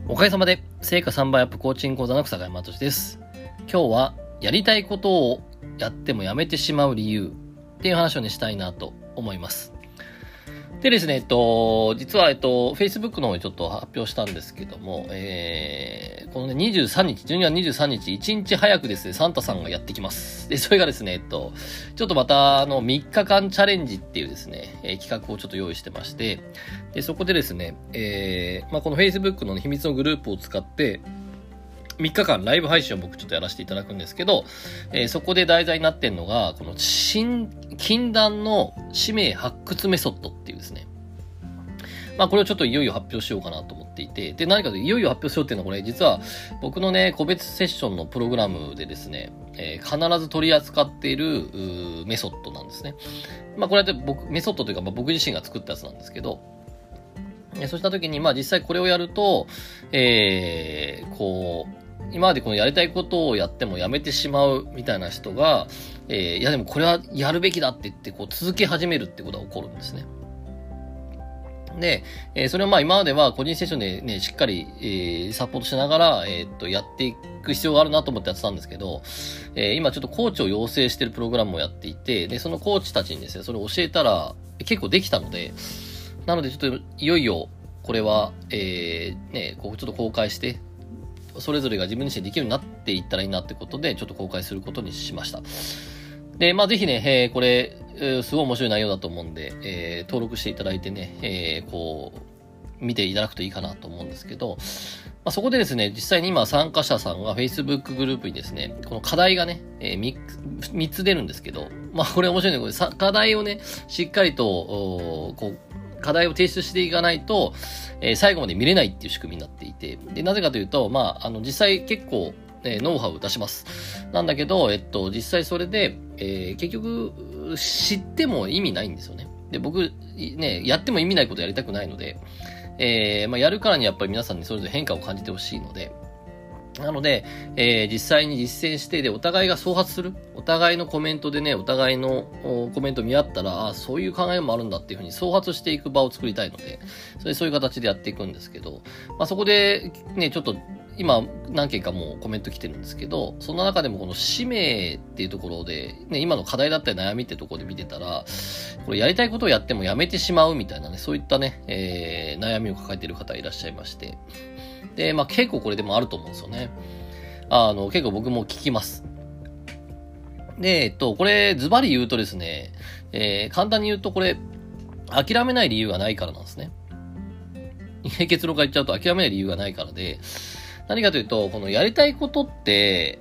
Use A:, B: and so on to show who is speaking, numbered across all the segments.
A: おかげさまで成果3倍アップコーチング講座の草山敏です。今日はやりたいことをやってもやめてしまう理由っていう話をねしたいなと思います。でですね、実はFacebook の方にちょっと発表したんですけども、このね12月23日、1日早くですね、サンタさんがやってきます。で、それがですね、ちょっとまた3日間チャレンジっていうですね、企画をちょっと用意してまして、で、そこでですね、この Facebook の、ね、秘密のグループを使って、3日間ライブ配信を僕ちょっとやらせていただくんですけど、そこで題材になってんのが、この禁断の使命発掘メソッドっていうですね。これをちょっといよいよ発表しようかなと思っていて、で、何かといよいよ発表しようっていうのはこれ実は僕のね、個別セッションのプログラムでですね、必ず取り扱っているメソッドなんですね。これはメソッドというか僕自身が作ったやつなんですけど、そうした時に実際これをやると、今までこのやりたいことをやってもやめてしまうみたいな人が、いやでもこれはやるべきだって言って続け始めるってことが起こるんですね。で、それを今までは個人セッションでね、しっかり、サポートしながら、やっていく必要があるなと思ってやってたんですけど、今ちょっとコーチを養成しているプログラムをやっていて、で、そのコーチたちにですね、それを教えたら結構できたので、なのでちょっといよいよこれは、ちょっと公開して、それぞれが自分自身でできるようになっていったらいいなってことで、ちょっと公開することにしました。で、ぜひね、これ、すごい面白い内容だと思うんで、登録していただいてね、見ていただくといいかなと思うんですけど、そこでですね、実際に今参加者さんが Facebook グループにですね、この課題がね、3つ出るんですけど、これ面白いね、課題をね、しっかりと、課題を提出していかないと、最後まで見れないっていう仕組みになっていて、で、なぜかというと、実際結構、ノウハウ出します。なんだけど、実際それで、結局、知っても意味ないんですよね。で、僕、ね、やっても意味ないことやりたくないので、やるからにやっぱり皆さんにそれぞれ変化を感じてほしいので、なので、実際に実践して、で、お互いが創発する。お互いのコメントでね、お互いのコメント見合ったら、そういう考えもあるんだっていうふうに創発していく場を作りたいので、そういう形でやっていくんですけど、そこで、ね、ちょっと、今、何件かもうコメント来てるんですけど、その中でもこの使命っていうところで、ね、今の課題だったり悩みってところで見てたら、これやりたいことをやってもやめてしまうみたいなね、そういったね、悩みを抱えている方いらっしゃいまして、で、結構これでもあると思うんですよね。結構僕も聞きます。で、これ、ズバリ言うとですね、簡単に言うとこれ、諦めない理由がないからなんですね。結論から言っちゃうと諦めない理由がないからで、何かというと、このやりたいことって、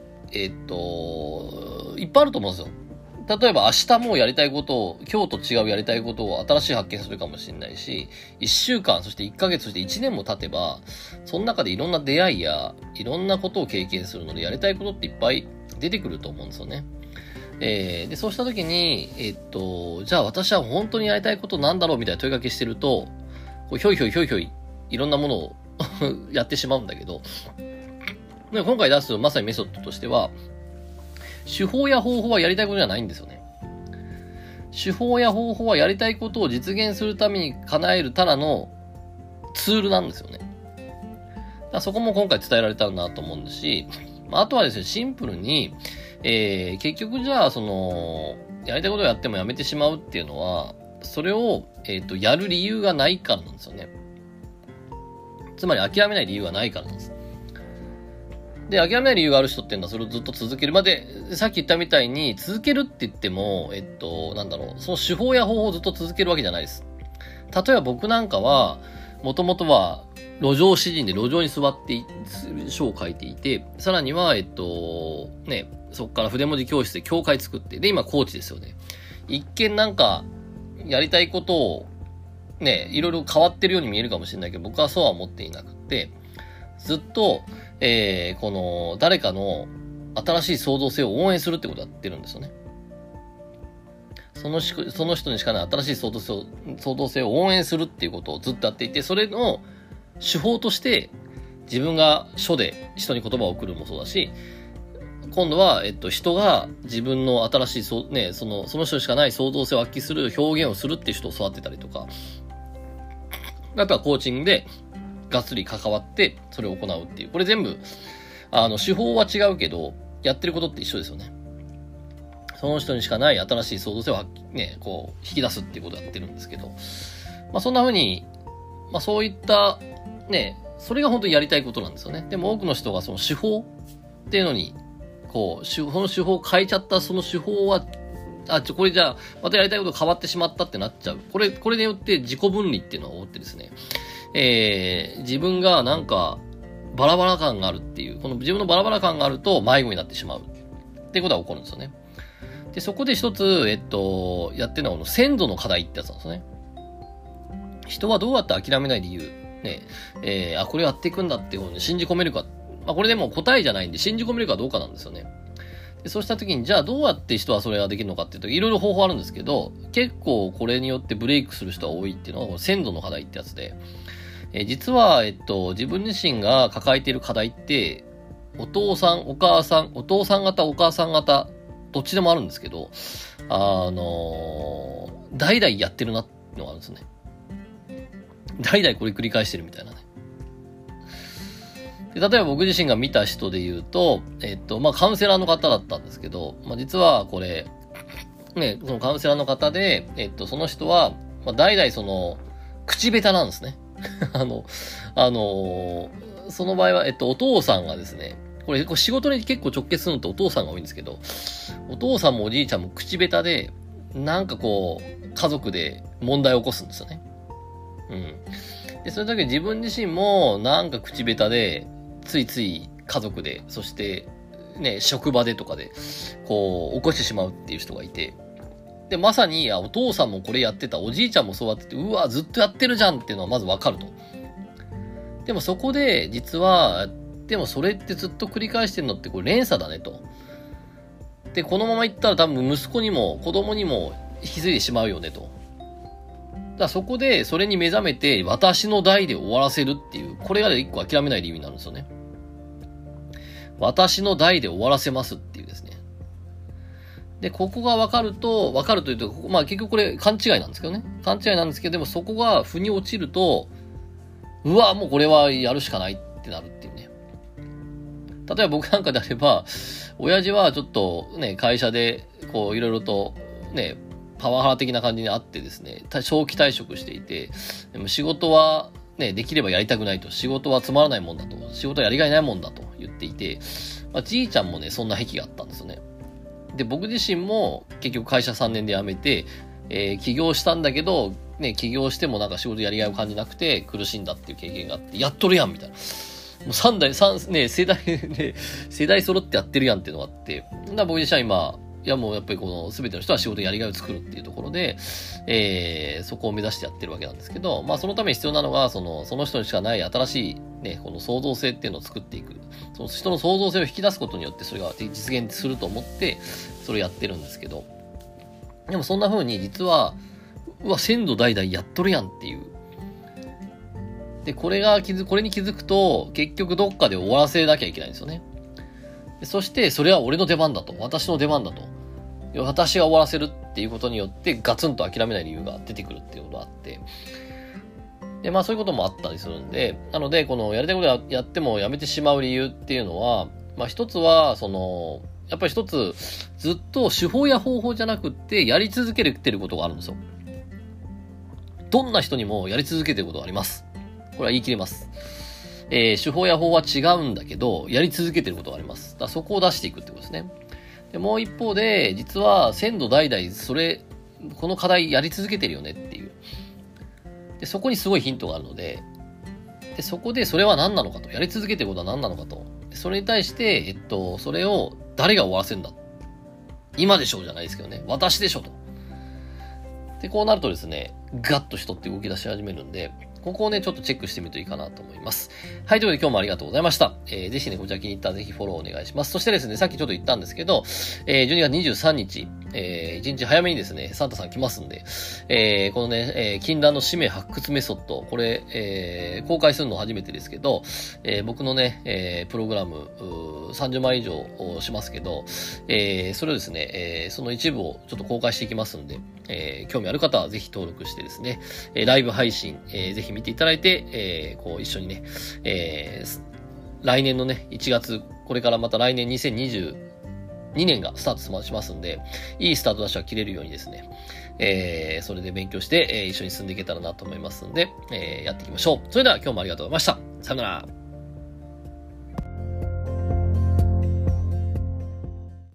A: いっぱいあると思うんですよ。例えば明日もやりたいことを、今日と違うやりたいことを新しい発見するかもしれないし、1週間、そして1ヶ月、そして1年も経てば、その中でいろんな出会いや、いろんなことを経験するので、やりたいことっていっぱい出てくると思うんですよね。で、そうした時に、じゃあ私は本当にやりたいことなんだろうみたいな問いかけしてると、ひょいひょい、いろんなものをやってしまうんだけど、で今回出すまさにメソッドとしては、手法や方法はやりたいことじゃないんですよね。手法や方法はやりたいことを実現するために叶えるただのツールなんですよね。そこも今回伝えられたらなと思うんですし、あとはですね、シンプルに、結局じゃあ、やりたいことをやってもやめてしまうっていうのは、それを、やる理由がないからなんですよね。つまり諦めない理由がないからなんです。で、諦めない理由がある人っていうのはそれをずっと続ける。さっき言ったみたいに続けるって言っても、その手法や方法をずっと続けるわけじゃないです。例えば僕なんかは、もともとは路上詩人で路上に座って書を書いていて、さらには、そこから筆文字教室で教会作って、で、今コーチですよね。一見なんか、やりたいことを、ね、いろいろ変わってるように見えるかもしれないけど、僕はそうは思っていなくて、ずっと、この誰かの新しい創造性を応援するってことをやってるんですよね。その人にしかない新しい創造性を応援するっていうことをずっとやっていて、それの手法として自分が書で人に言葉を送るもそうだし、今度は、人が自分の新しいその人にしかない創造性を発揮する表現をするっていう人を育てたりとか、あとはコーチングでがっつり関わってそれを行うっていう。これ全部、手法は違うけど、やってることって一緒ですよね。その人にしかない新しい創造性をね、こう、引き出すっていうことをやってるんですけど、まあそんな風に、まあそういった、ね、それが本当にやりたいことなんですよね。でも多くの人がその手法っていうのに、こう、その手法を変えちゃったその手法は、これじゃあ、またやりたいことが変わってしまったってなっちゃう。これによって自己分離っていうのが起こってですね、自分がなんか、バラバラ感があるっていう、この自分のバラバラ感があると迷子になってしまうっていうことが起こるんですよね。で、そこで一つ、やってるのは、先祖の課題ってやつなんですね。人はどうやって諦めない理由、ね、これやっていくんだっていう方に信じ込めるか。まあ、これでも答えじゃないんで、信じ込めるかどうかなんですよね。でそうした時に、じゃあどうやって人はそれができるのかっていうと、いろいろ方法あるんですけど、結構これによってブレイクする人が多いっていうのは、先祖の課題ってやつで、実は、自分自身が抱えている課題って、お父さん、お母さん、お父さん方、お母さん方、どっちでもあるんですけど、代々やってるなってのがあるんですね。代々これ繰り返してるみたいなね。で例えば僕自身が見た人で言うと、まあ、カウンセラーの方だったんですけど、まあ、実はこれ、ね、そのカウンセラーの方で、その人は、まあ、代々その、口下手なんですね。その場合は、お父さんがですね、これ仕事に結構直結するのってお父さんが多いんですけど、お父さんもおじいちゃんも口下手で、なんかこう、家族で問題を起こすんですよね。うん。で、それだけ自分自身もなんか口下手で、ついつい家族で、そしてね、職場でとかで、こう、起こしてしまうっていう人がいて、で、まさに、お父さんもこれやってた、おじいちゃんもそうやってて、うわ、ずっとやってるじゃんっていうのはまずわかると。でもそこで、実は、でもそれってずっと繰り返してるのってこれ連鎖だねと。で、このままいったら多分息子にも子供にも引き継いでしまうよねと。だからそこでそれに目覚めて私の代で終わらせるっていう、これが一個諦めない理由になるんですよね。私の代で終わらせますっていうですね。で、ここが分かるというと、まあ結局これ勘違いなんですけどね。勘違いなんですけど、でもそこが腑に落ちると、うわ、もうこれはやるしかないってなるっていうね。例えば僕なんかであれば、親父はちょっとね、会社で、こう、いろいろと、ね、パワハラ的な感じにあってですね、長期退職していて、でも仕事は、ね、できればやりたくないと。仕事はつまらないもんだと。仕事はやりがいないもんだと言っていて、まあ、じいちゃんもね、そんな癖があったんですよね。で、僕自身も結局会社3年で辞めて、起業したんだけど、ね、起業してもなんか仕事やりがいを感じなくて苦しんだっていう経験があって、やっとるやんみたいな。もう世代揃ってやってるやんっていうのがあって、僕自身は今、いやもうやっぱりこの全ての人は仕事やりがいを作るっていうところで、そこを目指してやってるわけなんですけど、まあそのために必要なのが、その人にしかない新しいね、この創造性っていうのを作っていく。その人の創造性を引き出すことによってそれが実現すると思って、それをやってるんですけど、でもそんな風に実は、先祖代々やっとるやんっていう。で、これに気づくと、結局どっかで終わらせなきゃいけないんですよね。でそして、それは俺の出番だと。私の出番だと。私が終わらせるっていうことによって、ガツンと諦めない理由が出てくるっていうことがあって。で、まあそういうこともあったりするんで、なので、このやりたいことやってもやめてしまう理由っていうのは、まあ一つは、やっぱり一つ、ずっと手法や方法じゃなくって、やり続けてることがあるんですよ。どんな人にもやり続けてることがあります。これは言い切れます。手法や方法は違うんだけど、やり続けてることがあります。だからそこを出していくってことですね。で、もう一方で、実は先祖代々この課題やり続けてるよねっていう。で、そこにすごいヒントがあるので、そこでそれは何なのかと。やり続けてることは何なのかと。それに対して、それを誰が終わらせるんだ。今でしょうじゃないですけどね。私でしょと。で、こうなるとですね、ガッと人って動き出し始めるんで、ここをね、ちょっとチェックしてみるといいかなと思います。はい、ということで今日もありがとうございました。ぜひね、こちら気に入ったらぜひフォローお願いします。そしてですね、さっきちょっと言ったんですけど、12月23日、1日早めにですね、サンタさん来ますんで、このね、禁断の使命発掘メソッド、これ、公開するの初めてですけど、僕のね、プログラム、30万以上しますけど、それをですね、その一部をちょっと公開していきますんで、興味ある方はぜひ登録してですね、ライブ配信、ぜひひ見ていただいて、こう一緒にね、来年のね、1月、これからまた来年2022年がスタートしますんで、いいスタートダッシュが切れるようにですね、それで勉強して、一緒に進んでいけたらなと思いますので、やっていきましょう。それでは今日もありがとうございました。さよなら。